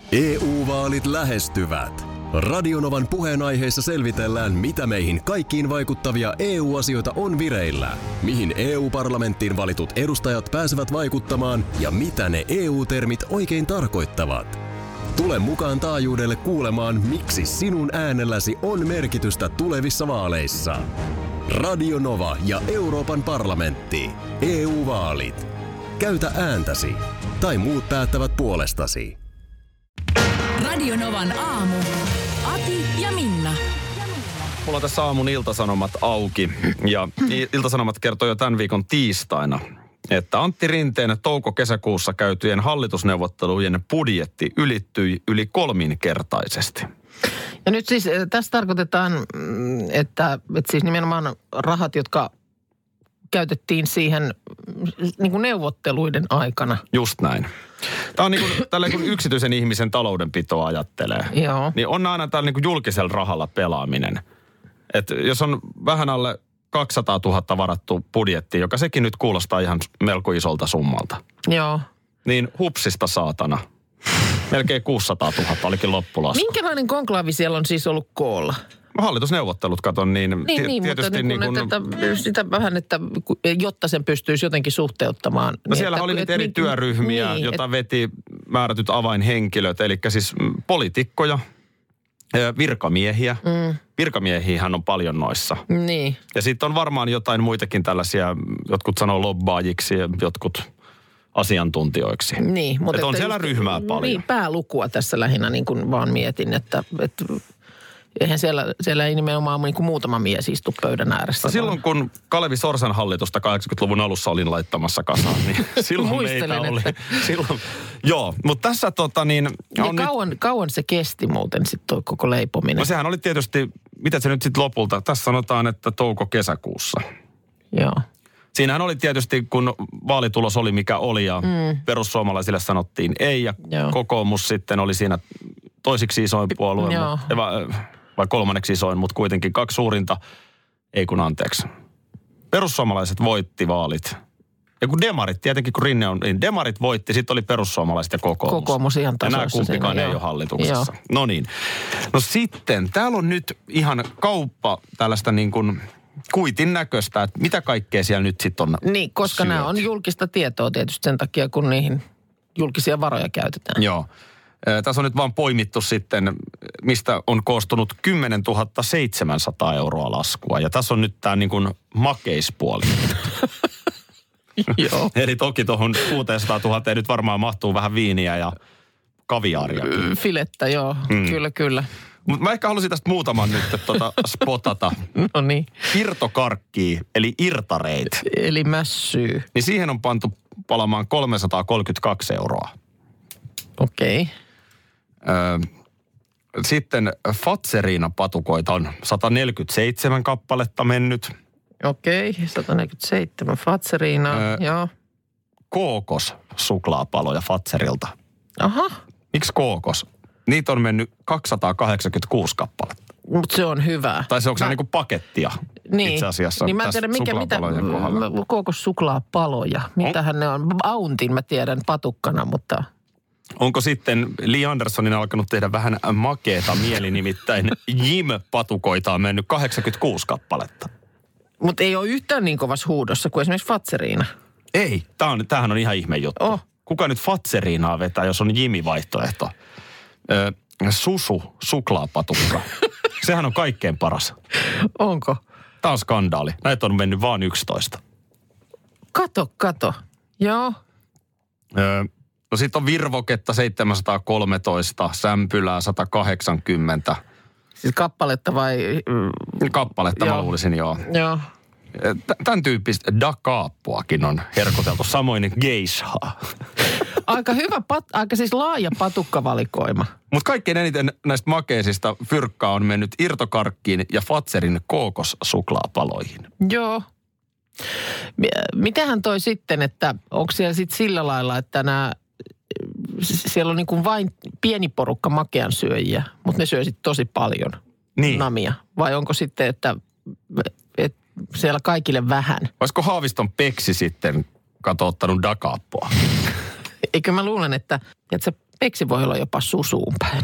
EU-vaalit lähestyvät. Radionovan puheenaiheessa selvitellään, mitä meihin kaikkiin vaikuttavia EU-asioita on vireillä, mihin EU-parlamenttiin valitut edustajat pääsevät vaikuttamaan ja mitä ne EU-termit oikein tarkoittavat. Tule mukaan taajuudelle kuulemaan, miksi sinun äänelläsi on merkitystä tulevissa vaaleissa. Radio Nova ja Euroopan parlamentti. EU-vaalit. Käytä ääntäsi. Tai muut päättävät puolestasi. Radio Novan aamu. Ati ja Minna. Mulla on tässä aamun Ilta-Sanomat auki. Ja Ilta-Sanomat kertoi jo tämän viikon tiistaina, että Antti Rinteen touko-kesäkuussa käytyjen hallitusneuvottelujen budjetti ylittyi yli 3-kertaisesti. Ja nyt siis tässä tarkoitetaan, että siis nimenomaan rahat, jotka käytettiin siihen niin kuin neuvotteluiden aikana. Just näin. Tämä on niin kuin, tällä kun yksityisen ihmisen taloudenpitoa ajattelee, Joo. niin on aina tällä niin kuin julkisella rahalla pelaaminen. Että jos on vähän alle 200 000 varattu budjetti, joka sekin nyt kuulostaa ihan melko isolta summalta. Joo. Niin hupsista saatana. Melkein 600 000 olikin loppulasku. Minkälainen konklaavi siellä on siis ollut koolla? Hallitusneuvottelut katon niin tietysti mutta sitä vähän, että jotta sen pystyisi jotenkin suhteuttamaan. No siellä oli niitä eri työryhmiä, jota veti määrätyt avainhenkilöt, eli siis poliitikkoja, virkamiehiä. Virkamiehiähän on paljon noissa. Niin. Ja sitten on varmaan jotain muitakin tällaisia, jotkut sanoo lobbaajiksi ja jotkut asiantuntijoiksi. Niin, mutta että on siellä ryhmää paljon. Niin, päälukua tässä lähinnä niin kuin vaan mietin, että eihän siellä ei nimenomaan niin kuin muutama mies istu pöydän ääressä. No silloin kun Kalevi Sorsan hallitusta 80-luvun alussa olin laittamassa kasaan, niin silloin meitä oli. Silloin, joo, mutta tässä kauan se kesti muuten sitten tuo koko leipominen? No sehän oli tietysti, mitä se nyt sitten lopulta, tässä sanotaan, että touko-kesäkuussa. Joo. Siinähän oli tietysti, kun vaalitulos oli mikä oli ja perussuomalaisille sanottiin ei ja kokoomus sitten oli siinä toisiksi isoin puolue, vai kolmanneksi isoin, mutta kuitenkin 2 suurinta, ei kun anteeksi. Perussuomalaiset voitti vaalit. Ja kun demarit, tietenkin kun Rinne on, niin demarit voitti, sitten oli perussuomalaiset ja kokoomus. Kokoomus ihan tasoissa. Ja nämä kumpikaan ei ole hallituksessa. No niin. No sitten, täällä on nyt ihan kauppa tällaista niin kuin kuitin näköistä, että mitä kaikkea siellä nyt sitten on niin, koska nämä on julkista tietoa tietysti sen takia, kun niihin julkisia varoja käytetään. Joo. Tässä on nyt vaan poimittu sitten, mistä on koostunut 10 700 euroa laskua. Ja tässä on nyt tämä niin kuin makeispuoli. Joo. Eli toki tuohon 600 000 nyt varmaan mahtuu vähän viiniä ja kaviaariakin. Filettä, joo. Kyllä. Mutta mä ehkä halusin tästä muutaman nyt spotata. No niin. Irtokarkkia, eli irtareit. Eli mässyy. Niin siihen on pantu palamaan 332 euroa. Okei. Sitten Fatseriina-patukoita on 147 kappaletta mennyt. Okei, 147 Fatseriina, joo. Kookos-suklaapaloja Fatserilta. Aha. Miksi kookos? Niitä on mennyt 286 kappaletta. Mutta se on hyvä. Tai se onko se niinku pakettia itse asiassa niin mä en tiedä, mitä kookos-suklaapaloja. Mitähän ne on? Auntin mä tiedän patukkana, mutta onko sitten Li Anderssonin alkanut tehdä vähän makeeta mieli, nimittäin Jim-patukoita on mennyt 86 kappaletta. Mutta ei ole yhtään niin kovassa huudossa kuin esimerkiksi Fatseriina. Ei, tämähän on ihan ihme juttu. Kuka nyt Fatseriinaa vetää, jos on Jimi-vaihtoehto? Susu, suklaapatukka. Sehän on kaikkein paras. Onko? Tämä on skandaali. Näitä on mennyt vaan 11. Kato. Joo. No sitten on virvoketta 713, sämpylää 180. Siis kappaletta vai? Kappaletta mä luulisin, joo. Joo. Tämän tyyppistä dakaappuakin on herkoteltu, samoin geishaa. Aika hyvä, aika siis laaja patukkavalikoima. Mutta kaikkein eniten näistä makeisista fyrkkaa on mennyt irtokarkkiin ja Fatserin kookossuklaapaloihin. Joo. Mitähän toi sitten, että onko siellä sitten sillä lailla, että siellä on niin kuin vain pieni porukka makean syöjiä, mutta ne syö sitten tosi paljon namia. Vai onko sitten, että siellä kaikille vähän? Olisiko Haaviston Peksi sitten ottanut dakaappoa? Eikö mä luulen, että se Peksi voi olla jopa susuun päin.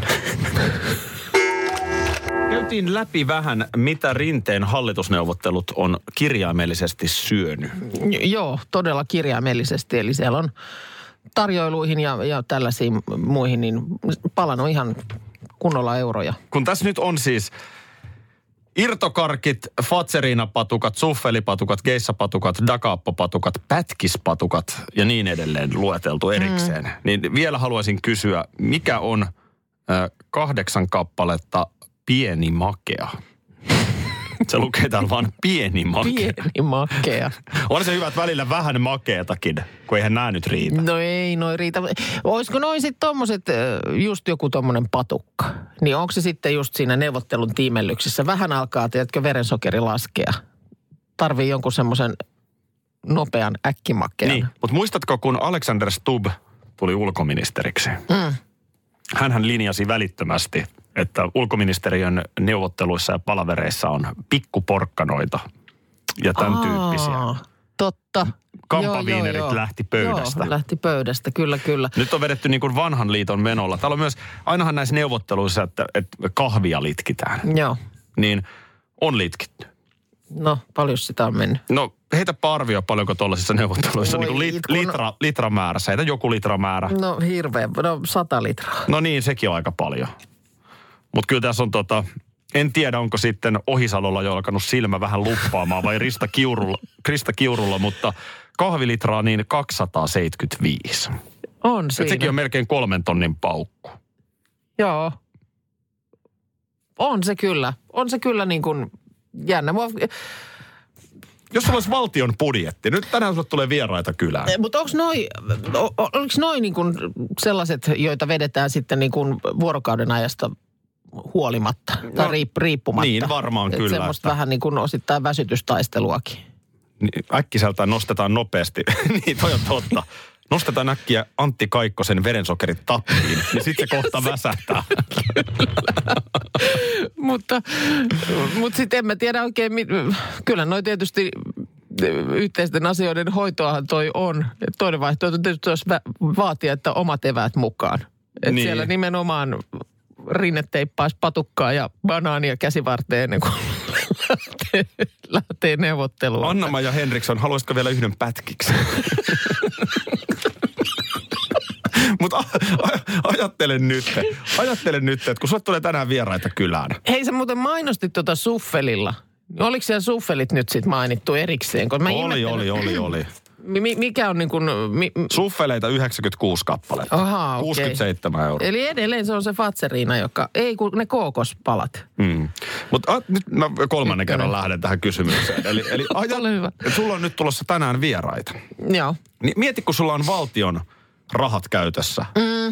Käytiin läpi vähän, mitä Rinteen hallitusneuvottelut on kirjaimellisesti syönyt. Joo, todella kirjaimellisesti. Eli siellä on tarjoiluihin ja tällaisiin muihin niin palannut ihan kunnolla euroja. Kun tässä nyt on siis irtokarkit, Fatserina-patukat, suffelipatukat, geissapatukat, dakaappo-patukat, pätkispatukat ja niin edelleen lueteltu erikseen. Niin vielä haluaisin kysyä, mikä on 8 kappaletta pieni makea? Se lukee täällä vaan pieni makea. Pieni makea. On se hyvä, että välillä vähän makeatakin, kun eihän nää nyt riitä. No ei noi riitä. Olisiko noin sitten tommoset, just joku tommonen patukka? Niin onko se sitten just siinä neuvottelun tiimellyksessä? Vähän alkaa, tiedätkö, verensokeri laskea. Tarvii jonkun semmoisen nopean äkkimakean. Niin, mutta muistatko, kun Alexander Stubb tuli ulkoministeriksi? Hänhän linjasi välittömästi, että ulkoministeriön neuvotteluissa ja palavereissa on pikkuporkkanoita ja tämän tyyppisiä. Totta. Kampaviinerit lähti pöydästä. Joo, lähti pöydästä, kyllä. Nyt on vedetty niin kuin vanhan liiton menolla. Täällä on myös, ainahan näissä neuvotteluissa, että kahvia litkitään. Joo. Niin on litkitty. No, paljon sitä on mennyt. No, heitäpä arvio, paljonko tuollaisissa neuvotteluissa on niin litramäärässä. Heitä joku litramäärä. No, hirveä. No, 100 litraa. No niin, sekin on aika paljon. Mutta kyllä tässä on en tiedä onko sitten Ohisalolla jo alkanut silmä vähän luppaamaan vai Krista Kiurulla, mutta kahvilitraa niin 275. On siinä. Sekin on melkein 3 tonnin paukku. Joo. On se kyllä niin kuin jännä. Jos sulla olisi valtion budjetti, nyt tänään sulle tulee vieraita kylään. Mutta oliko noi niin kuin sellaiset, joita vedetään sitten niin kuin vuorokauden ajasta huolimatta tai riippumatta? Niin, varmaan kyllä. Semmoista vähän niin kuin osittain väsytystaisteluakin. Äkkiseltään nostetaan nopeasti. Niin, toi on totta. Nostetaan äkkiä Antti Kaikkosen verensokerit tappiin, niin sitten se kohta väsähtää. Mutta sitten en mä tiedä oikein, kyllä noi tietysti yhteisten asioiden hoitoahan toi on. Toinen vaihtoehto tietysti olisi vaatia, että omat eväät mukaan. Että niin. Siellä nimenomaan rinnetteippaisi patukkaa ja banaania käsivarteen ennen kuin lähtee neuvotteluun. Anna-Maja Henriksson, haluaisitko vielä yhden pätkiksi? Mutta ajattelen nyt, että kun sulle tulee tänään vieraita kylään. Hei, sä muuten mainostit suffelilla. Oliko siellä suffelit nyt sitten mainittu erikseen? Kun mä oli. Mikä on niin kuin... Suffeleita 96 kappaletta. Aha, 67 €. Eli edelleen se on se Fatserina, joka... Ei, kun ne kookospalat. Mutta nyt mä 3. kerran lähden tähän kysymykseen. Eli sulla on nyt tulossa tänään vieraita. Joo. Niin mieti, kun sulla on valtion rahat käytössä.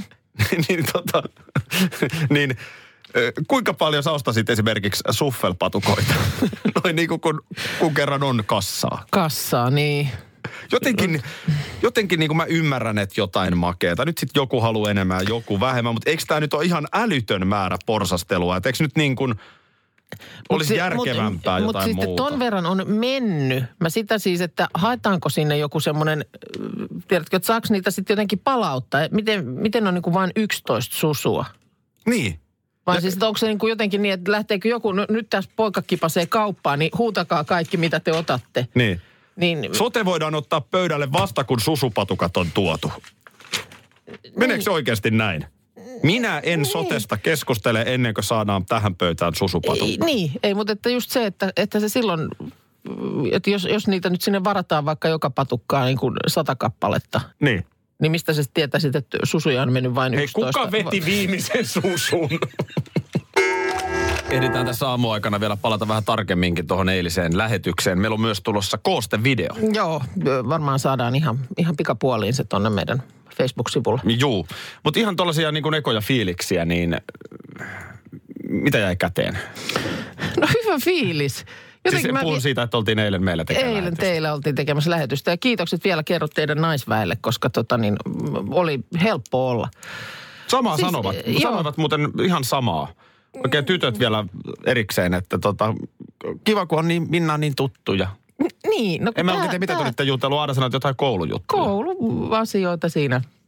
niin kuinka paljon sä ostasit esimerkiksi suffelpatukoita? Noin niin kuin kun kerran on kassaa. Kassaa, niin. Jotenkin niin kuin mä ymmärrän, että jotain makeeta. Nyt sitten joku haluaa enemmän, joku vähemmän. Mutta eikö tämä nyt ole ihan älytön määrä porsastelua? Että eikö nyt niin kuin olisi järkevämpää jotain muuta? Mutta sitten ton verran on mennyt. Mä sitä siis, että haetaanko sinne joku semmoinen, tiedätkö, että saako niitä sitten jotenkin palauttaa? Miten on niin kuin vain 11 susua? Niin. Vai siis, että onko se niin kuin jotenkin niin, että lähteekö joku, nyt tässä poika kipasee kauppaan, niin huutakaa kaikki, mitä te otatte. Niin. Sote voidaan ottaa pöydälle vasta, kun susupatukat on tuotu. Meneekö se oikeasti näin? Minä en sotesta keskustele ennen kuin saadaan tähän pöytään susupatukka. Ei, mutta että just se, että se silloin, että jos niitä nyt sinne varataan vaikka joka patukkaan niin kuin 100 kappaletta. Niin mistä sä tietäisit, että susuja on mennyt vain 11? Hei, kuka veti viimeisen susun? Ehditään tässä aamuaikana vielä palata vähän tarkemminkin tuohon eiliseen lähetykseen. Meillä on myös tulossa koostevideo. Joo, varmaan saadaan ihan pikapuoliin se tuonne meidän Facebook-sivulle. Juu, mutta ihan tuollaisia niin kuin ekoja fiiliksiä, niin mitä jäi käteen? No hyvä fiilis. Siis puhun siitä, että oltiin eilen meillä tekemässä lähetystä. Teillä oltiin tekemässä lähetystä ja kiitokset vielä kerrot teidän naisväelle, koska oli helppo olla. Samaa siis, sanoivat muuten ihan samaa. Oikein tytöt vielä erikseen, että kiva kun on Minna niin tuttuja. Niin. No, en mä oikein tiedä, mitä te olitte jutellut. Aina sanoit jotain koulujuttuja. Kouluasioita siinä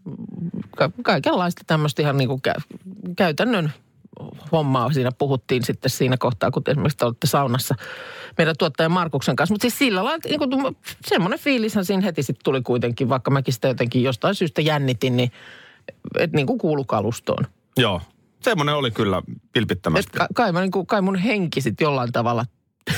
Kaikenlaista tämmöistä ihan niin kuin käytännön hommaa siinä puhuttiin sitten siinä kohtaa, kun esimerkiksi te olette saunassa meidän tuottajan Markuksen kanssa. Mutta siis sillä lailla, niin semmoinen fiilishän siinä heti sitten tuli kuitenkin, vaikka mäkin sitä jotenkin jostain syystä jännitin, niin että niin kuin kuului kalustoon. Joo, semmoinen oli kyllä pilpittömästi. Kai mun henki sitten jollain tavalla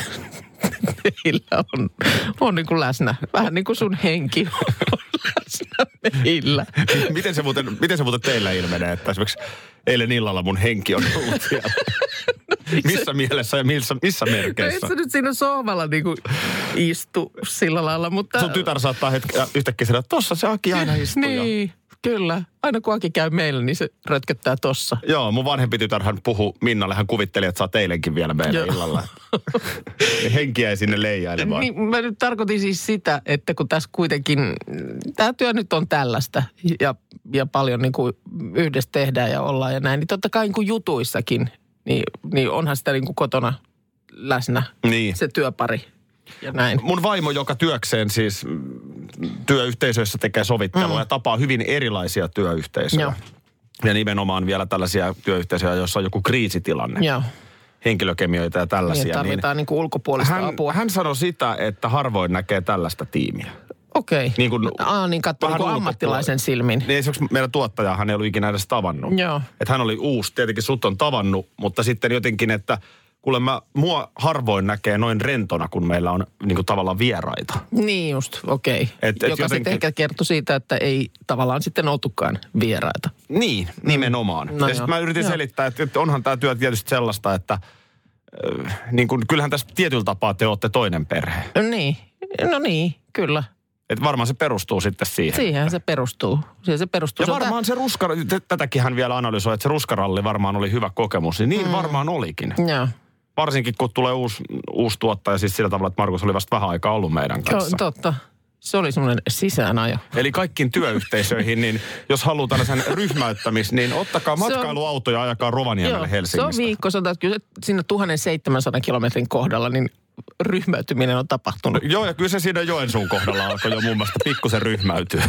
teillä on niin kuin läsnä. Vähän niin kuin sun henki on läsnä meillä. Miten se muuten teillä ilmenee, että esimerkiksi eilen illalla mun henki on ollut siellä? Missä mielessä ja missä merkeissä? No et sä nyt siinä sohvalla niin kuin istu sillä lailla, mutta... Sun tytär saattaa yhtäkkiä sanoa, että tossa se Aki aina istuu. Niin, kyllä. Aina kun Aki käy meillä, niin se rötköttää tossa. Joo, mun vanhempi tytärhän puhui Minnalle, hän kuvitteli, että sä oot eilenkin vielä meillä illalla. Henki jäi sinne leijailemaan. Niin, mä nyt tarkoitin siis sitä, että kun tässä kuitenkin, tämä työ nyt on tällaista ja paljon niin kuin yhdessä tehdään ja ollaan ja näin, niin totta kai niin kuin jutuissakin, niin onhan sitä niin kuin kotona läsnä se työpari ja näin. Mun vaimo, joka työkseen siis työyhteisöissä tekee sovittelua ja tapaa hyvin erilaisia työyhteisöjä. Joo. Ja nimenomaan vielä tällaisia työyhteisöjä, joissa on joku kriisitilanne. Joo. Henkilökemioita ja tällaisia. Niin tarvitaan niin kuin ulkopuolista apua. Hän sanoi sitä, että harvoin näkee tällaista tiimiä. Okei. Niin kuin katsoi niin ammattilaisen silmin. Niin esimerkiksi meidän tuottajahan ei ollut ikinä edes tavannut. Joo. Että hän oli uusi, tietenkin sut on tavannut, mutta sitten jotenkin, että kuulemma mua harvoin näkee noin rentona, kun meillä on niin kuin tavallaan vieraita. Niin just, okei. Joka jotenkin... sitten ehkä kertoi siitä, että ei tavallaan sitten oltukaan vieraita. Niin, nimenomaan. No ja sitten mä yritin selittää, että onhan tämä työ tietysti sellaista, että niin kuin, kyllähän tässä tietyllä tapaa te olette toinen perhe. Niin, no niin, kyllä. Että varmaan se perustuu sitten siihen. Siihenhän se perustuu. Siihen se perustuu. Ja varmaan se tätäkin hän vielä analysoi, että se ruskaralli varmaan oli hyvä kokemus. Niin varmaan olikin. Joo. Varsinkin kun tulee uusi tuottaja, siis sillä tavalla, että Markus oli vasta vähän aikaa ollut meidän kanssa. Totta. Se oli semmoinen sisäänajo. Eli kaikkiin työyhteisöihin, niin jos haluaa tällaisen ryhmäyttämistä, niin ottakaa matkailuauto ja ajakaa Rovaniemelle Helsingistä. Se on viikko, sanotaan, että kyllä siinä 1700 kilometrin kohdalla, niin ryhmäytyminen on tapahtunut. Joo, ja kyllä se siinä Joensuun kohdalla alkoi jo mun mielestä pikkusen ryhmäytyä.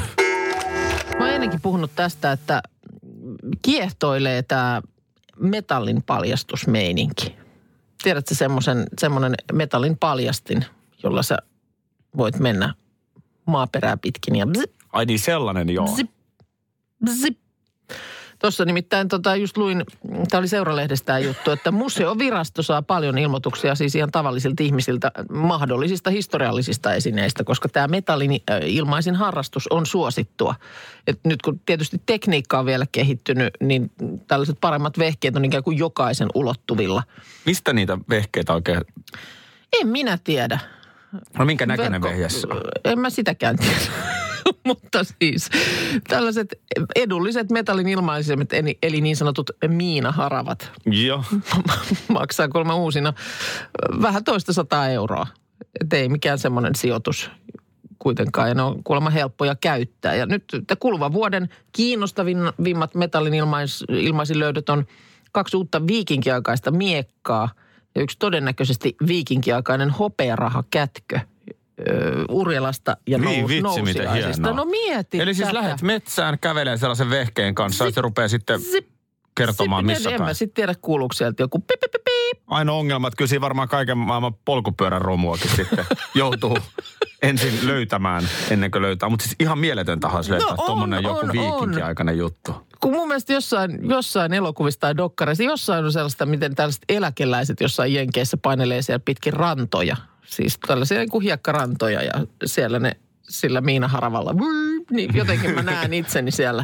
Mä oon ennenkin puhunut tästä, että kiehtoilee tämä metallin paljastusmeininki. Tiedätkö semmoinen metallin paljastin, jolla sä voit mennä maaperää pitkin ja bzip. Ai niin, sellainen joo. Bzip, bzip. Tuossa nimittäin just luin, tämä oli Seuralehdestä tämä juttu, että museovirasto saa paljon ilmoituksia siis ihan tavallisilta ihmisiltä mahdollisista historiallisista esineistä, koska tämä metallin ilmaisin harrastus on suosittua. Et nyt kun tietysti tekniikka on vielä kehittynyt, niin tällaiset paremmat vehkeet on ikään kuin jokaisen ulottuvilla. Mistä niitä vehkeitä oikein? En minä tiedä. No minkä näköinen vehje se on? En mä sitäkään tiedä. Mutta siis tällaiset edulliset metallin ilmaisimet, eli niin sanotut miinaharavat. Joo. Maksaa kuulemma uusina vähän toista 100 €. Et ei mikään semmoinen sijoitus kuitenkaan, ja ne on kuulemma helppoja käyttää. Ja nyt kuluvan vuoden kiinnostavimmat metallin ilmaisilöydöt on 2 uutta viikinkiaikaista miekkaa ja yksi todennäköisesti viikinkiaikainen hopearahakätkö. Urjalasta ja Nousiaisista. No mieti. Eli siis lähdet metsään, kävelee sellaisen vehkeen kanssa ja se rupeaa sitten kertomaan missä päin. En mä sitten tiedä kuuluuko sieltä joku pip. Ainoa ongelma, että kyllä siinä varmaan kaiken maailman polkupyörän romuakin sitten joutuu ensin löytämään ennen kuin löytää. Mutta siis ihan mieletöntä olisi löytää tuommoinen joku viikinkiaikainen juttu. Kun mun mielestä jossain elokuvissa tai dokkareissa, jossain on sellaista, miten tällaiset eläkeläiset jossain jenkeissä painelee siellä pitkin rantoja. Siis tällaisia niin kuin hiekkarantoja ja siellä ne sillä miinaharavalla. Niin jotenkin mä näen itseni siellä.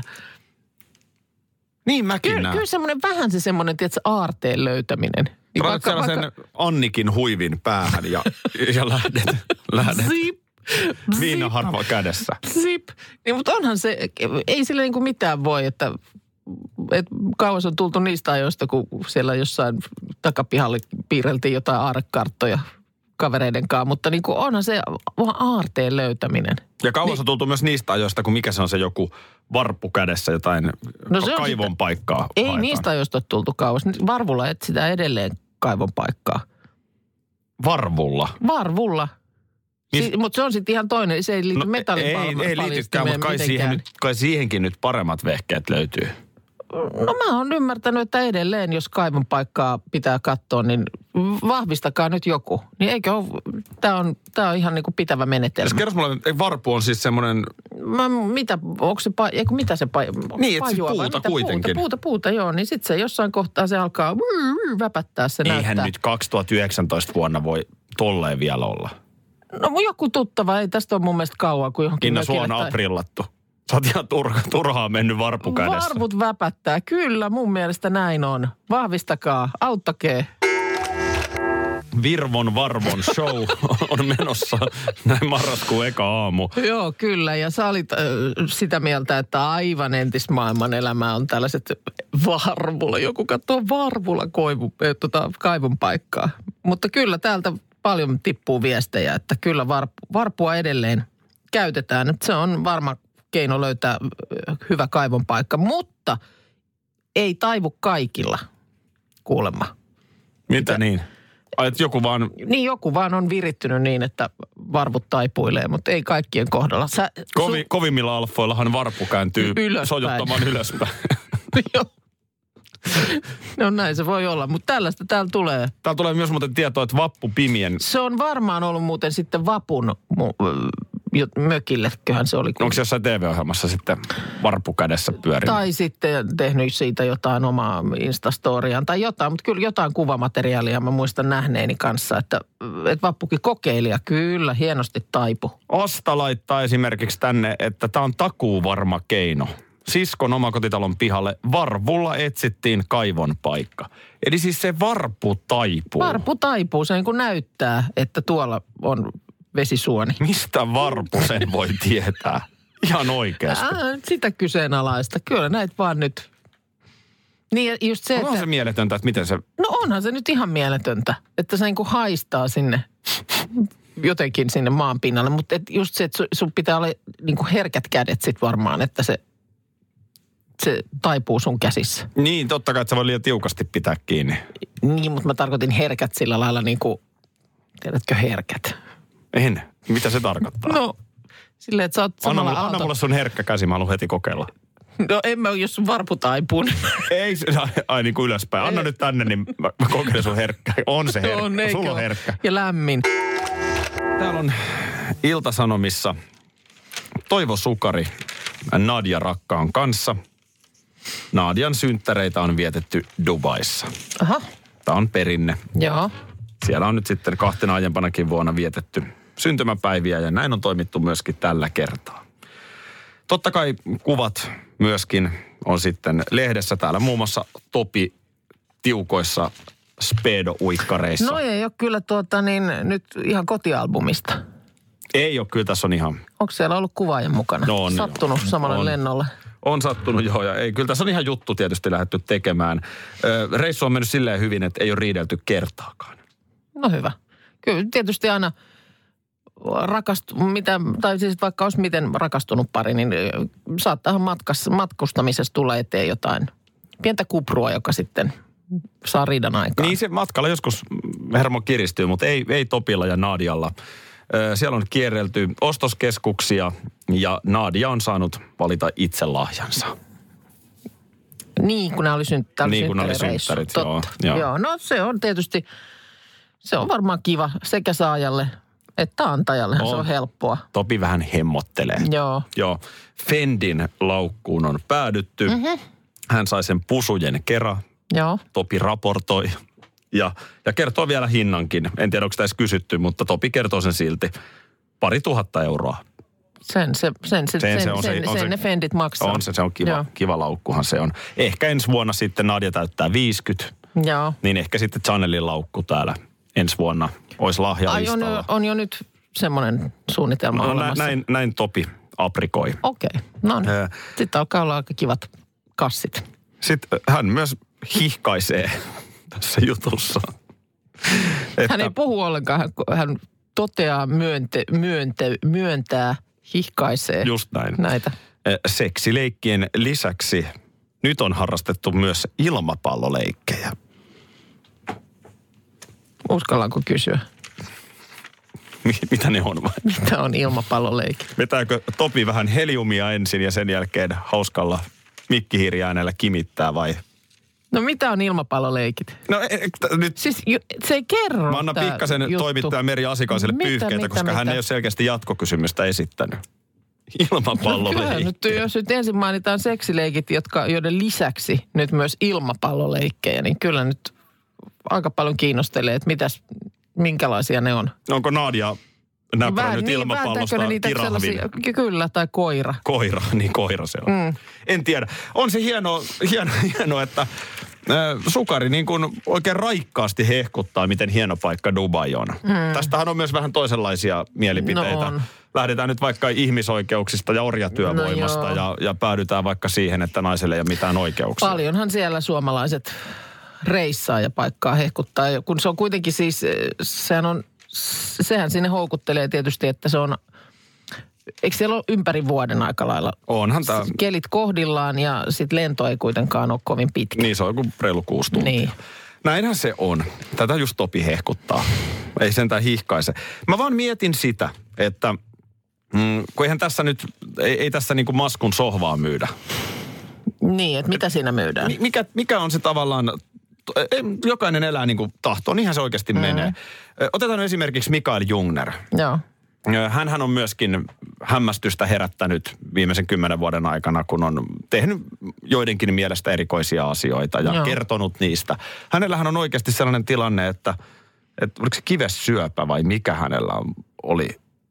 Niin mäkin näen. Kyllä semmoinen vähän se semmoinen, tiedätkö, aarteen löytäminen. Niin sellaisen Annikin huivin päähän ja lähdet. Zip. Miinaharava kädessä. Zip. Niin, mutta onhan se, ei sille niin kuin mitään voi, että kauas on tultu niistä ajoista, kun siellä jossain takapihalle piirreltiin jotain aarrekarttoja kavereiden kanssa, mutta niin kuin onhan se aarteen löytäminen. Ja kauas on tultu myös niistä ajoista, kun mikä se on se joku varppu kädessä, jotain kaivon paikkaa. Ei haetaan. Niistä ajoista ole tultu kauas. Varvulla etsitään edelleen kaivon paikkaa. Varvulla? Varvulla. Mutta se on sitten ihan toinen. Se ei liity metallipallistimeen ei liitykään, mutta kai siihenkin nyt paremmat vehkeet löytyy. No mä oon ymmärtänyt, että edelleen, jos kaivon paikkaa pitää katsoa, niin vahvistakaa nyt joku. Niin eikö ole, tää on ihan niin kuin pitävä menetelmä. Kerros mulle, varpu on siis semmoinen... Onko se mitä se niin, että siis puuta kuitenkin. Puuta, joo. Niin sitten se jossain kohtaa se alkaa väpättää, se näyttää. Eihän nyt 2019 vuonna voi tolleen vielä olla. No joku tuttava, ei tästä ole mun mielestä kauan kuin johonkin Inna, sua on aprillattu. Sä oot ihan turhaan mennyt varpu kädessä. Varvut väpättää. Kyllä, mun mielestä näin on. Vahvistakaa, auttakee. Virvon Varvon show on menossa näin marraskuun eka aamu. Joo, kyllä. Ja sä olit sitä mieltä, että aivan entismaailman elämä on tällaiset varvulla. Joku katsoo varvulla kaivon paikkaa. Mutta kyllä täältä paljon tippuu viestejä, että kyllä varpua edelleen käytetään. Se on varma keino löytää hyvä kaivon paikka, mutta ei taivu kaikilla kuulemma. Mitä niin? Että joku vaan... Niin, joku vaan on virittynyt niin, että varvut taipuilee, mutta ei kaikkien kohdalla. Kovimmilla alfoillahan varpu kääntyy sojottamaan ylöspäin. Joo. No näin se voi olla, mutta tällaista täällä tulee. Täällä tulee myös muuten tietoa, että vappupimien... Se on varmaan ollut muuten sitten vapun mökilleköhän se oli. Onko se jossain TV-ohjelmassa sitten varpu kädessä pyörinyt? Tai sitten tehnyt siitä jotain omaa Instastoriaan tai jotain, mutta kyllä jotain kuvamateriaalia mä muistan nähneeni kanssa, että vappukin kokeili ja kyllä hienosti taipu. Asta laittaa esimerkiksi tänne, että tämä on takuuvarma keino. Siskon omakotitalon pihalle varvulla etsittiin kaivon paikka. Eli siis se varpu taipuu. Varpu taipuu, se niin kuin näyttää, että tuolla on vesisuoni. Mistä varpu sen voi tietää? Ihan oikeasti. Sitä kyseenalaista. Kyllä näitä vaan nyt. Niin just se, onhan se mieletöntä, että miten se... No onhan se nyt ihan mieletöntä, että se niin kuin haistaa sinne, jotenkin sinne maan pinnalle. Mutta just se, että sun pitää olla niin kuin herkät kädet sit varmaan, että se taipuu sun käsissä. Niin, totta kai, että sä voi liian tiukasti pitää kiinni. Niin, mutta mä tarkoitin herkät sillä lailla niin kuin, tiedätkö herkät? En. Mitä se tarkoittaa? No, silleen, että sä oot samalla anna mulle sun herkkä käsi, mä haluan heti kokeilla. No en mä, jos sun varpu taipuu. Ei, niin kuin ylöspäin. Anna nyt tänne, niin mä kokeilen sun herkkä. On se herkkä. On, sulla on herkkä. Ja lämmin. Täällä on Ilta-Sanomissa Toivo Sukari Nadia rakkaan kanssa. Nadian synttäreitä on vietetty Dubaissa. Aha. Tämä on perinne. Joo. Siellä on nyt sitten 2 aiempanakin vuonna vietetty syntymäpäiviä ja näin on toimittu myöskin tällä kertaa. Totta kai kuvat myöskin on sitten lehdessä. Täällä muun muassa Topi tiukoissa speedo-uikkareissa. No ei ole kyllä nyt ihan kotialbumista. Ei ole, kyllä tässä on ihan... Onko siellä ollut kuvaajan mukana? No on. Sattunut samalle lennolle? On sattunut, joo. Ja ei, kyllä tässä on ihan juttu tietysti lähdetty tekemään. Reissu on mennyt silleen hyvin, että ei ole riidelty kertaakaan. No hyvä. Kyllä tietysti aina vaikka olisi miten rakastunut pari, niin saattaahan matkustamisessa tulla eteen jotain pientä kuprua, joka sitten saa riidan aikaan. Niin se matkalla joskus hermo kiristyy, mutta ei Topilla ja Nadialla. Siellä on kierrelty ostoskeskuksia ja Nadia on saanut valita itse lahjansa. Niin, kun nämä oli synttärit, joo. No se on tietysti, se on varmaan kiva sekä saajalle että antajalle. Se on helppoa. Topi vähän hemmottelee. Joo. Fendin laukkuun on päädytty. Mm-hmm. Hän sai sen pusujen kera. Joo. Topi raportoi. Ja kertoo vielä hinnankin. En tiedä, onko sitä edes kysytty, mutta Topi kertoo sen silti. 2 000 euroa. Sen ne Fendit maksaa. On se on kiva laukkuhan se on. Ehkä ensi vuonna sitten Nadia täyttää 50. Joo. Niin ehkä sitten Chanelin laukku täällä ensi vuonna olisi lahjalistalla. On jo nyt semmoinen suunnitelma olemassa. Näin Topi aprikoi. Okei, no niin. Sitten alkaa olla aika kivat kassit. Sitten hän myös hihkaisee tässä jutussa. Hän ei puhu ollenkaan, hän toteaa, myöntää, hihkaisee. Just näin. Näitä. Seksileikkien lisäksi nyt on harrastettu myös ilmapalloleikkejä. Uskallaanko kysyä? Mitä ne on vai? Mitä on ilmapalloleikit? Vetääkö Topi vähän heliumia ensin ja sen jälkeen hauskalla mikkihiiriäänellä kimittää vai? No mitä on ilmapalloleikit? No nyt... Siis se ei kerro. Mä annan pikkasen toimittaja Meri Asikaiselle pyyhkeitä, koska hän ei ole selkeästi jatkokysymystä esittänyt. Ilmapalloleikki. Kyllä, jos nyt ensin mainitaan seksileikit, joiden lisäksi nyt myös ilmapalloleikkejä, niin kyllä nyt aika paljon kiinnostelee, että minkälaisia ne on. Onko Nadia näppärä nyt ilmapallosta kirahvin? Kyllä, tai koira. Koira se on. En tiedä. On se hienoa että Sukari niin kuin oikein raikkaasti hehkuttaa, miten hieno paikka Dubai on. Tästähän on myös vähän toisenlaisia mielipiteitä. No lähdetään nyt vaikka ihmisoikeuksista ja orjatyövoimasta ja päädytään vaikka siihen, että naiselle ei ole mitään oikeuksia. Paljonhan siellä suomalaiset reissaa ja paikkaa hehkuttaa. Ja kun se on kuitenkin siis, sehän sinne houkuttelee tietysti, että se on, eikö siellä ole ympäri vuoden aika lailla? Onhan tämä. Kelit kohdillaan ja sitten lento ei kuitenkaan ole kovin pitkä. Niin, se on joku reilu 6 tuntia. Niin. Näinhän se on. Tätä just Topi hehkuttaa. Ei sentään hihkaise. Mä vaan mietin sitä, että kun eihän tässä nyt, ei tässä niin kuin maskun sohvaa myydä. Niin, että mitä siinä myydään? Mikä on se tavallaan, jokainen elää niin kuin tahtoo, niinhän se oikeasti menee. Otetaan esimerkiksi Mikael Jungner. Joo. Hänhän on myöskin hämmästystä herättänyt viimeisen 10 vuoden aikana, kun on tehnyt joidenkin mielestä erikoisia asioita ja kertonut niistä. Hänellähän on oikeasti sellainen tilanne, että oliko se kivessyöpä vai mikä hänellä oli?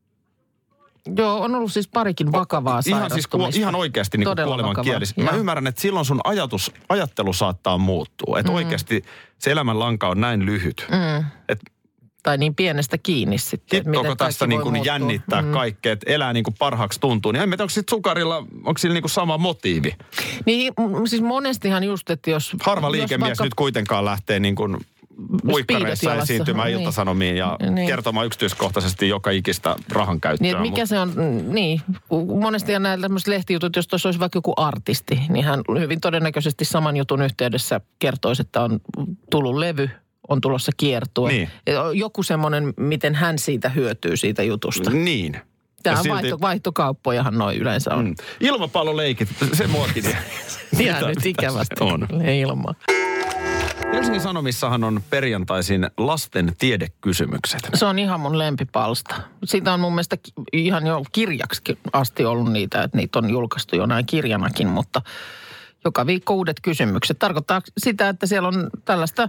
Joo, on ollut siis parikin vakavaa sairastumista. Ihan oikeasti niin kuoleman kielis. Mä ymmärrän, että silloin sun ajattelu saattaa muuttua. Että oikeasti se elämänlanka on näin lyhyt. Tai niin pienestä kiinni sitten. Hittoako tässä niin kuin jännittää kaikkea, että elää niin kuin parhaaksi tuntuu. Niin en tiedä, onko sitten Sukarilla, onko sillä niin kuin sama motiivi? Niin, siis monestihan just, että jos... Harva liikemies nyt kuitenkaan lähtee niin kuin uikkareissa esiintymään Ilta-Sanomiin ja kertomaan yksityiskohtaisesti joka ikistä rahan käyttöä. Niin, mikä se on, monestihan näillä tämmöiset lehtijutut, jos tuossa olisi vaikka joku artisti, niin hän hyvin todennäköisesti saman jutun yhteydessä kertoisi, että on tullut levy, on tulossa kiertue. Niin. Joku semmoinen, miten hän siitä hyötyy siitä jutusta. Niin. Tämä vaihtokauppojahan noin yleensä on. Ilmapalloleikit, se muokin. Ihan nyt ikävästi on. Ilma. Helsingin Sanomissahan on perjantaisin lasten tiedekysymykset. Se on ihan mun lempipalsta. Siitä on mun mielestä ihan jo kirjaksi asti ollut niitä, että niitä on julkaistu jo näin kirjanakin, mutta joka viikko uudet kysymykset. Tarkoittaa sitä, että siellä on tällaista,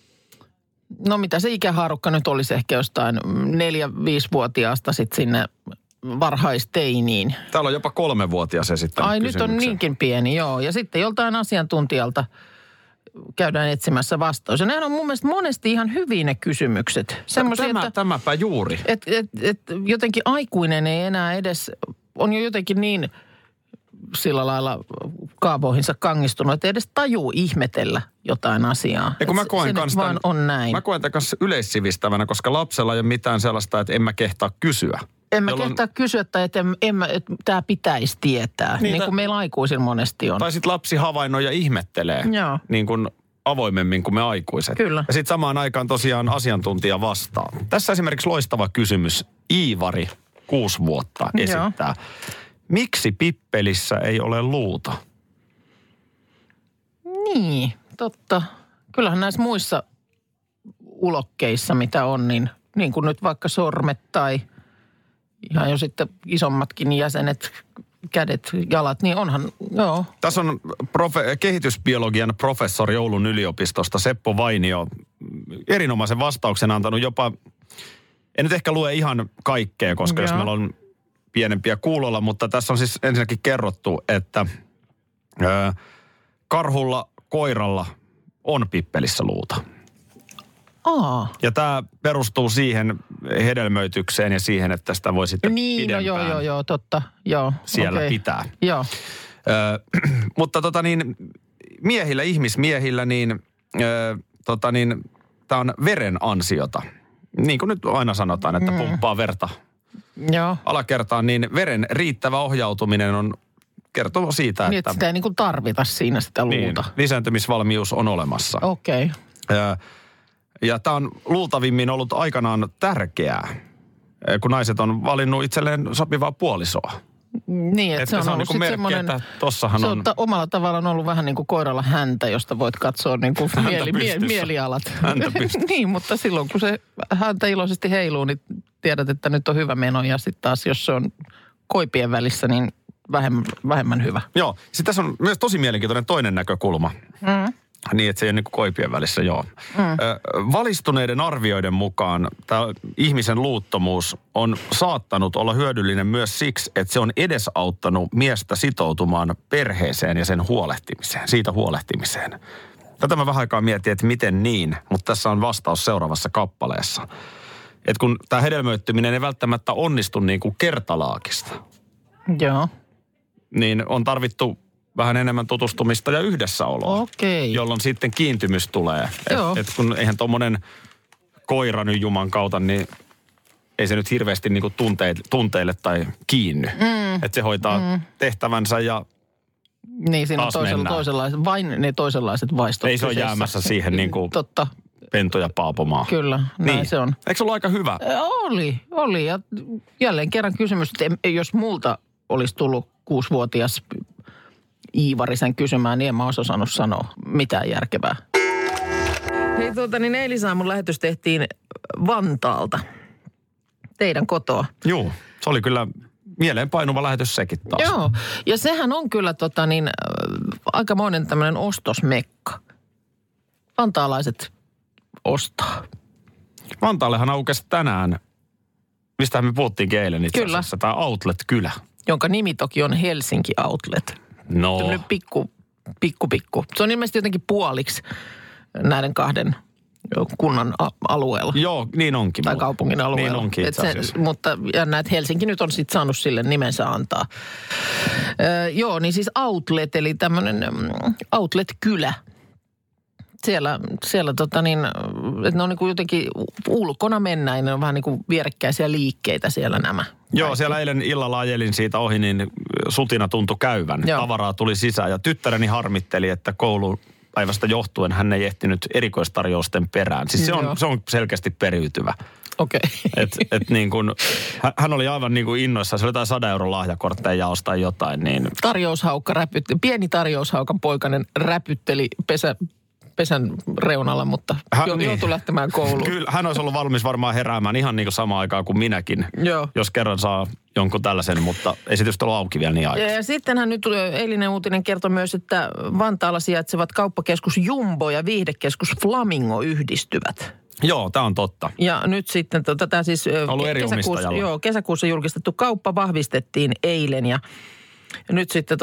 no mitä se ikähaarukka nyt olisi ehkä jostain 4-5-vuotiaasta sitten sinne varhaisteiniin. Täällä on jopa 3-vuotias esittänyt kysymyksen. Nyt on niinkin pieni, joo. Ja sitten joltain asiantuntijalta käydään etsimässä vastaus. Ja nämä on mun mielestä monesti ihan hyviä ne kysymykset. Tämäpä juuri. Jotenkin aikuinen ei enää edes, on jo jotenkin niin sillä lailla kaavoihinsa kangistunut, että edes tajuu ihmetellä jotain asiaa. Ja kun mä koen kanssa vaan on näin. Mä koen tämän kanssa yleissivistävänä, koska lapsella ei ole mitään sellaista, että en mä kehtaa kysyä. En mä kehtaa kysyä tai että tämä pitäisi tietää, niin kuin meillä aikuisilla monesti on. Tai sitten lapsi havainnoi ja ihmettelee, niin kuin avoimemmin kuin me aikuiset. Kyllä. Ja sitten samaan aikaan tosiaan asiantuntija vastaa. Tässä esimerkiksi loistava kysymys. Iivari, 6 vuotta, esittää. Miksi pippelissä ei ole luuta? Niin, totta. Kyllähän näissä muissa ulokkeissa, mitä on, niin kuin nyt vaikka sormet tai ihan jo sitten isommatkin jäsenet, kädet, jalat, niin onhan, joo. Tässä on kehitysbiologian professori Oulun yliopistosta Seppo Vainio erinomaisen vastauksen antanut jopa, en nyt ehkä lue ihan kaikkea, koska jos meillä on pienempiä kuulolla, mutta tässä on siis ensinnäkin kerrottu, että karhulla, koiralla on pippelissä luuta. Ja tämä perustuu siihen hedelmöitykseen ja siihen, että sitä voi sitten pidempään. Joo, totta. Joo, siellä pitää. Joo. Mutta miehillä, ihmismiehillä, tämä on veren ansiota. Niin kuin nyt aina sanotaan, että pumppaa verta alakertaan, niin veren riittävä ohjautuminen kertoo siitä, niin, että sitä ei niin kuin tarvita siinä sitä luuta. Niin, lisääntymisvalmius on olemassa. Okei. Ja tämä on luultavimmin ollut aikanaan tärkeää. kun naiset on valinnut itselleen sopivaa puolisoa. Niin, että se on ollut niin merkki, semmoinen, että tossahan se on omalla tavallaan ollut vähän niin kuin koiralla häntä, josta voit katsoa niin kuin mielialat. Häntä pystyssä. Niin, mutta silloin kun se häntä iloisesti heiluu, niin tiedät, että nyt on hyvä meno. Ja sitten taas, jos se on koipien välissä, niin vähemmän hyvä. Joo, sitten tässä on myös tosi mielenkiintoinen toinen näkökulma. Niin, että se ei ole niin kuin koipien välissä, joo. Valistuneiden arvioiden mukaan tämä ihmisen luuttomuus on saattanut olla hyödyllinen myös siksi, että se on edesauttanut miestä sitoutumaan perheeseen ja sen huolehtimiseen, siitä huolehtimiseen. Tätä mä vähän aikaa mietin, että miten niin, mutta tässä on vastaus seuraavassa kappaleessa. Että kun tämä hedelmöittyminen ei välttämättä onnistu niin kuin kertalaakista. Joo. Niin on tarvittu vähän enemmän tutustumista ja yhdessäoloa. Okei. Jolloin sitten kiintymys tulee. Et kun eihän tommonen koira nyt Juman kautta, niin ei se nyt hirveästi niinku tunteille tai kiinny. Että se hoitaa tehtävänsä ja niin, siinä on toisenlaiset, vain ne toisenlaiset vaistot. Ei se ole jäämässä siihen niinku totta. Pentu ja paapomaan. Kyllä, näin niin. Se on. Eikö se ollut aika hyvä? Oli. Ja jälleen kerran kysymys, että jos multa olisi tullut 6-vuotias Iivari sen kysymään, niin en mä olisi osannut sanoa mitään järkevää. Hei niin eilisaamun lähetys tehtiin Vantaalta. Teidän kotoa. Joo, se oli kyllä mieleenpainuva lähetys sekin taas. Joo, ja sehän on kyllä aikamoinen tämmöinen ostosmekka. Vantaalaiset ostaa. Vantaallehan aukesi tänään, mistä me puhuttiinkin eilen itse asiassa, tämä Outlet-kylä. Jonka nimi toki on Helsinki Outlet. No. Tämmöinen pikku. Se on ilmeisesti jotenkin puoliksi näiden kahden kunnan alueella. Joo, niin onkin. Tai kaupungin alueella. Niin onkin itse asiassa. Mutta näet Helsinki nyt on sitten saanut sille nimensä antaa. Joo, niin siis Outlet, eli tämmöinen Outlet-kylä. Siellä että ne on niin kuin jotenkin ulkona mennään, ne on vähän niin kuin vierekkäisiä liikkeitä siellä nämä. Joo, kaikki. Siellä eilen illalla ajelin siitä ohi, niin sutina tuntui käyvän. Joo. Tavaraa tuli sisään ja tyttäreni harmitteli, että koulupäivästä johtuen hän ei ehtinyt erikoistarjousten perään. Siis se on selkeästi periytyvä. Okei. Et niin kuin, hän oli aivan niin kuin innoissaan, se oli jotain 100 € lahjakortteja jaosta tai jotain. Niin. Pieni tarjoushaukan poikainen räpytteli pesän reunalla, mutta joutui lähtemään kouluun. Kyllä, hän olisi ollut valmis varmaan heräämään ihan niin kuin samaan aikaan kuin minäkin, jos kerran saa jonkun tällaisen, mutta ei se tietysti ollut auki vielä niin aikaa. Ja sittenhän nyt eilinen uutinen kertoi myös, että Vantaalla sijaitsevat kauppakeskus Jumbo ja viihdekeskus Flamingo yhdistyvät. Joo, tämä on totta. Ja nyt sitten tämä siis kesäkuussa julkistettu kauppa vahvistettiin eilen ja nyt sitten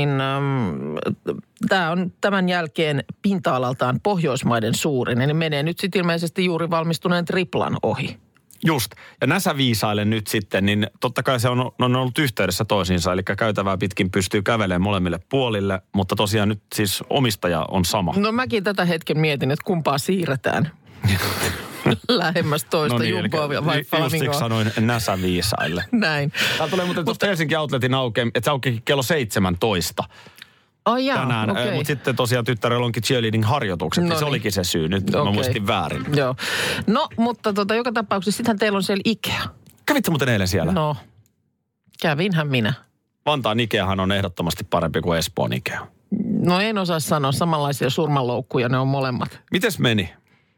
tämä on tämän jälkeen pinta-alaltaan Pohjoismaiden suurin. Eli menee nyt sitten ilmeisesti juuri valmistuneen Triplan ohi. Just. Ja Näsäviisaille nyt sitten, niin totta kai se on ollut yhteydessä toisiinsa. Eli käytävää pitkin pystyy kävelemään molemmille puolille, mutta tosiaan nyt siis omistaja on sama. No mäkin tätä hetken mietin, että kumpaa siirretään. Lähemmäs toista Jumboa vai Flamingoa. Just siksi sanoin Näsäviisaille. Näin. Täällä tulee muuten tuosta Helsinki Outletin että se aukeekin kello 17 tänään. Okay. Mutta sitten tosiaan tyttärellä onkin cheerleading-harjoitukset, niin se olikin se syy. Nyt mä muistin väärin. Joo. No, mutta joka tapauksessa sittenhän teillä on siellä Ikea. Kävitsä muuten eilen siellä? No, kävinhän minä. Vantaan Ikeahan on ehdottomasti parempi kuin Espoon Ikea. No en osaa sanoa, samanlaisia surmanloukkuja ne on molemmat. Mites meni?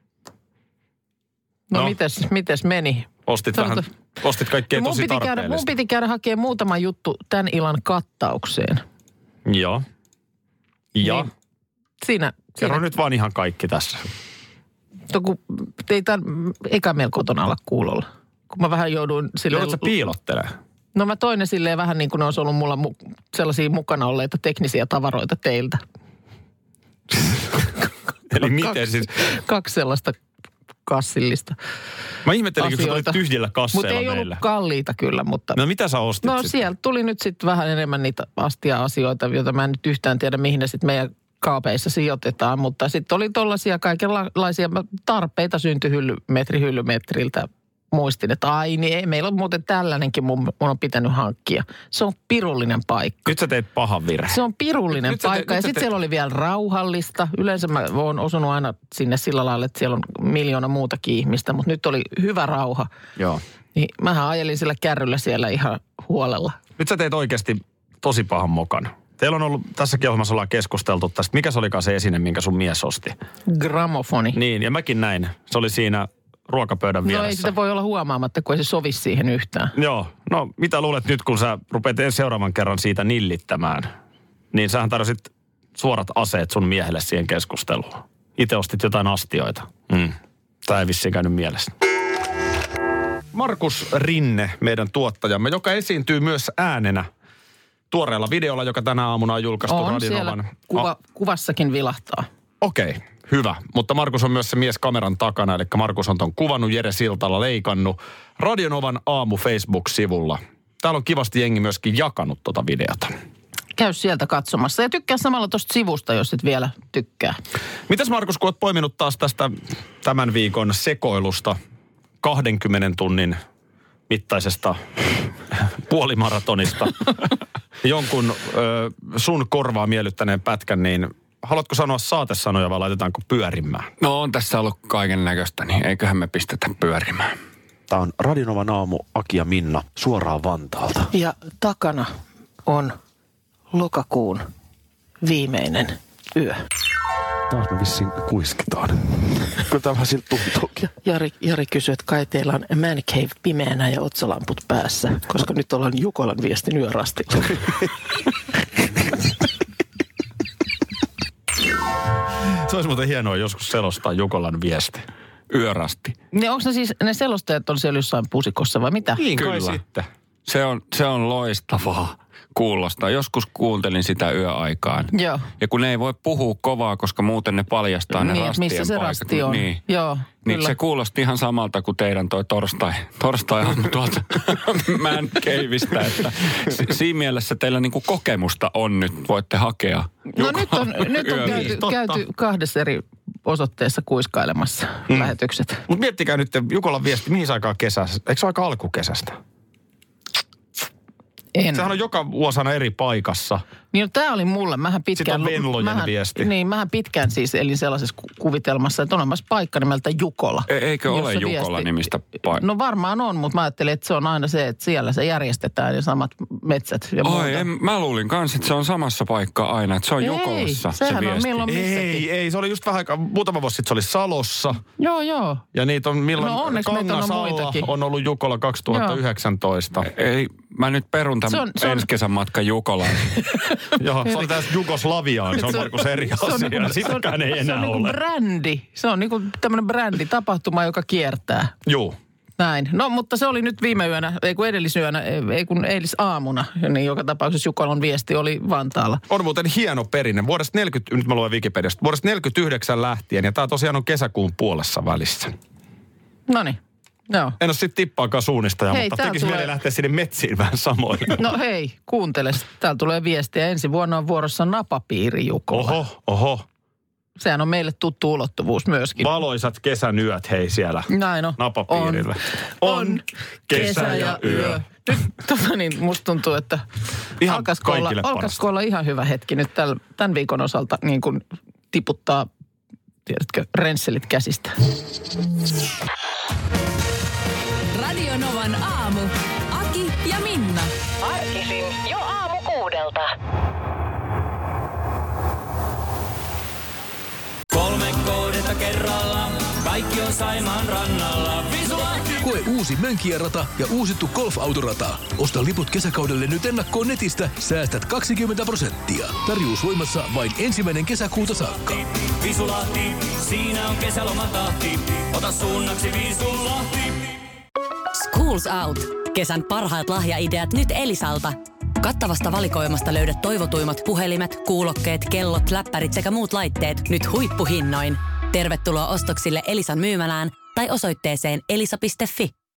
No. Mites meni? Ostit kaikkea tosi tarpeellista. Mun piti käydä hakemaan muutama juttu tämän illan kattaukseen. Joo. Ja? Niin, siinä. Kerro nyt vaan ihan kaikki tässä. Kun ei eikä meillä kotona olla kuulolla. Kun mä vähän jouduin silleen. Joudutko sä piilottelemaan? No mä toin ne silleen vähän niin kuin ne olisi ollut mulla sellaisia mukana olleita teknisiä tavaroita teiltä. Eli miten siis? 2 sellaista kassillista. Mä ihmettelin, kun sä tulit tyhjillä kasseilla meille. Mutta ei ollut kalliita kyllä, mutta. No mitä sä ostit sitten? Sieltä tuli nyt sitten vähän enemmän niitä astia-asioita, joita mä en nyt yhtään tiedä, mihin ne sitten meidän kaapeissa sijoitetaan. Mutta sitten oli tollaisia kaikenlaisia tarpeita syntyi hyllymetriltä. muistin, että meillä on muuten tällainenkin mun on pitänyt hankkia. Se on pirullinen paikka. Nyt sä teit pahan virhe. Se on pirullinen paikka ja sitten siellä oli vielä rauhallista. Yleensä mä oon osunut aina sinne sillä lailla, että siellä on 1 miljoona muutakin ihmistä, mutta nyt oli hyvä rauha. Joo. Niin mähän ajelin sillä kärryllä siellä ihan huolella. Nyt sä teet oikeasti tosi pahan mokan. Teillä on ollut, tässäkin ohjelmassa ollaan keskusteltu tästä. Mikä se olikaan se esine, minkä sun mies osti? Gramofoni. Niin, ja mäkin näin. Se oli siinä ruokapöydän vieressä. No ei sitä voi olla huomaamatta, kun ei se sovi siihen yhtään. Joo. No mitä luulet nyt, kun sä rupeat seuraavan kerran siitä nillittämään? Niin sähän tarvitsit suorat aseet sun miehelle siihen keskusteluun. Itse ostit jotain astioita. Tää ei vissiin käynyt mielessä. Markus Rinne, meidän tuottajamme, joka esiintyy myös äänenä tuoreella videolla, joka tänä aamuna on julkaistu Radionovan. Kuvassakin vilahtaa. Okei, hyvä. Mutta Markus on myös se mies kameran takana, eli Markus on ton kuvannut, Jere Siltala leikannut Radionovan aamu Facebook-sivulla. Täällä on kivasti jengi myöskin jakanut tota videota. Käy sieltä katsomassa ja tykkää samalla tosta sivusta, jos et vielä tykkää. Mitäs Markus, kun oot poiminut taas tästä tämän viikon sekoilusta 20 tunnin mittaisesta puolimaratonista jonkun sun korvaa miellyttäneen pätkän, niin haluatko sanoa saatesanoja vai laitetaanko pyörimään? No on tässä ollut kaiken näköistä, niin eiköhän me pistetä pyörimään. Tämä on Radionovan aamu, Aki ja Minna, suoraan Vantaalta. Ja takana on lokakuun viimeinen yö. Taas me vissiin kuiskitaan. Kyllä tämä vähän siltä tuntuukin. Jari kysyi, että kai teillä on man cave pimeänä ja otsalamput päässä, koska nyt ollaan Jukolan viestin yörastilla. Se olisi muuten hienoa joskus selostaa Jukolan viesti. Yörasti. Ne onko ne siis, ne selostajat on siellä jossain pusikossa vai mitä? Niin kai Kyllä. sitten. Se on loistavaa kuulostaa. Joskus kuuntelin sitä yöaikaan. Joo. Ja kun ne ei voi puhua kovaa, koska muuten ne paljastaa ne niin, rastien missä se paikat. rasti on. Niin. Joo, Niin se kuulosti ihan samalta kuin teidän toi torstai-aamu tuolta Man Caveista, että siinä mielessä teillä niinku kokemusta on nyt, voitte hakea. No nyt on käyty 2 eri osoitteessa kuiskailemassa lähetykset. Mutta miettikää nyt Jukolan viesti, mihin aikaan kesässä? Eikö se aika alkukesästä? En. Sehän on joka vuosina eri paikassa. Niin no, tää oli mulle. Mähän pitkään... Sitten on Venlojen viesti. Niin, mähän pitkään siis elin sellaisessa kuvitelmassa, että on olemassa paikka nimeltä Jukola. Eikö ole Jukola nimistä paikka? No varmaan on, mutta mä ajattelin, että se on aina se, että siellä se järjestetään ja samat metsät ja muuta. Mä luulin kanssa, että se on samassa paikkaa aina, että se on Jukolassa se viesti. On milloin missäkin. Ei, se oli just vähän aikaa, muutama vuosi sitten se oli Salossa. Joo. Ja niitä on milloin, no onneksi meitä on muitakin. On ollut Jukola 2019. Ei, mä nyt perun tämän ensi kesän matkan Jukolaan. Joo, se oli tässä Jugoslaviaan, se on Markus eri asia. Sitäkään ei enää ole. Se on niinku brändi. Se on niinku tämmöinen bränditapahtuma, joka kiertää. Joo. Näin. No, mutta se oli nyt viime yönä, eilisaamuna, niin joka tapauksessa Jukolan viesti oli Vantaalla. On muuten hieno perinne. Vuodesta 40, nyt mä luen Wikipediasta, vuodesta 49 lähtien, ja tää tosiaan on kesäkuun puolessa välissä. Noniin. Joo. En ole sitten tippaakaan suunnistaja, mutta tekisi mieli lähteä sinne metsiin vähän samoin. No hei, kuuntele. Täällä tulee viestiä. Ensi vuonna on vuorossa napapiiri Jukola. Oho. Sehän on meille tuttu ulottuvuus myöskin. Valoisat kesän yöt, hei siellä. Näin on. Napapiirillä. On kesä ja yö. Nyt musta tuntuu, että alkaisiko olla ihan hyvä hetki nyt tämän viikon osalta niin kuin tiputtaa, tiedätkö, rensselit käsistä. Radionovan aamu. Aki ja Minna. Arkisin jo 6:00. 3 kohdetta kerralla, kaikki on Saimaan rannalla. Visulahti! Koe uusi Mönkijärata ja uusittu golfautorata. Osta liput kesäkaudelle nyt ennakkoon netistä, säästät 20%. Tarjous voimassa vain 1. kesäkuuta saakka. Visulahti, siinä on kesälomatahti. Ota suunnaksi Visulahti. Schools Out. Kesän parhaat lahjaideat nyt Elisalta. Kattavasta valikoimasta löydät toivotuimmat puhelimet, kuulokkeet, kellot, läppärit sekä muut laitteet nyt huippuhinnoin. Tervetuloa ostoksille Elisan myymälään tai osoitteeseen elisa.fi.